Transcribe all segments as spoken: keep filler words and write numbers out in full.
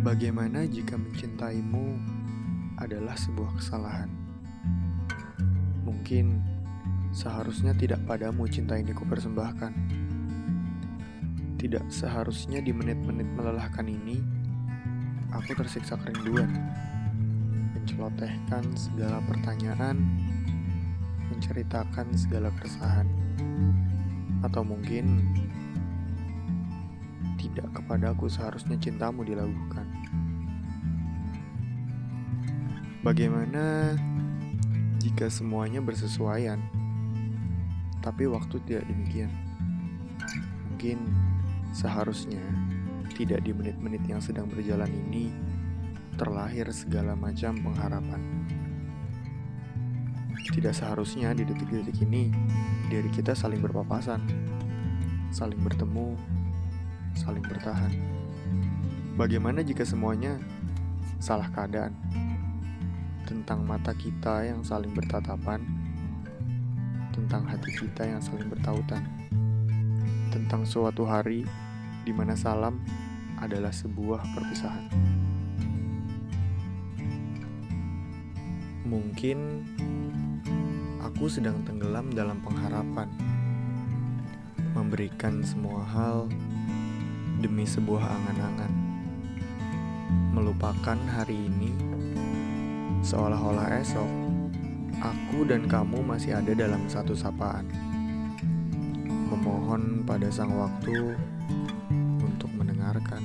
Bagaimana jika mencintaimu adalah sebuah kesalahan? Mungkin seharusnya tidak padamu cinta ini kupersembahkan. Tidak seharusnya di menit-menit melelahkan ini aku tersiksa kerinduan, mencelotehkan segala pertanyaan, menceritakan segala keresahan. Atau mungkin tidak kepadaku seharusnya cintamu dilakukan. Bagaimana jika semuanya bersesuaian, tapi waktu tidak demikian? Mungkin seharusnya tidak di menit-menit yang sedang berjalan ini terlahir segala macam pengharapan. Tidak seharusnya di detik-detik ini diri kita saling berpapasan, saling bertemu, saling bertahan. Bagaimana jika semuanya salah keadaan? Tentang mata kita yang saling bertatapan, tentang hati kita yang saling bertautan, tentang suatu hari di mana salam adalah sebuah perpisahan. Mungkin aku sedang tenggelam dalam pengharapan, memberikan semua hal demi sebuah angan-angan, melupakan hari ini seolah-olah esok aku dan kamu masih ada dalam satu sapaan, memohon pada sang waktu untuk mendengarkan.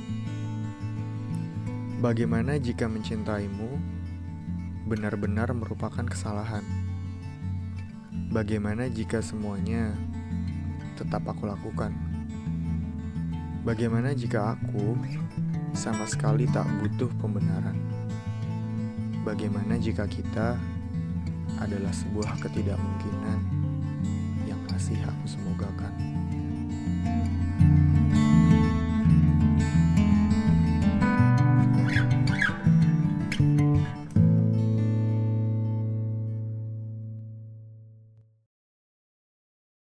Bagaimana jika mencintaimu benar-benar merupakan kesalahan? Bagaimana jika semuanya tetap aku lakukan? Bagaimana jika aku sama sekali tak butuh pembenaran? Bagaimana jika kita adalah sebuah ketidakmungkinan yang masih aku semogakan?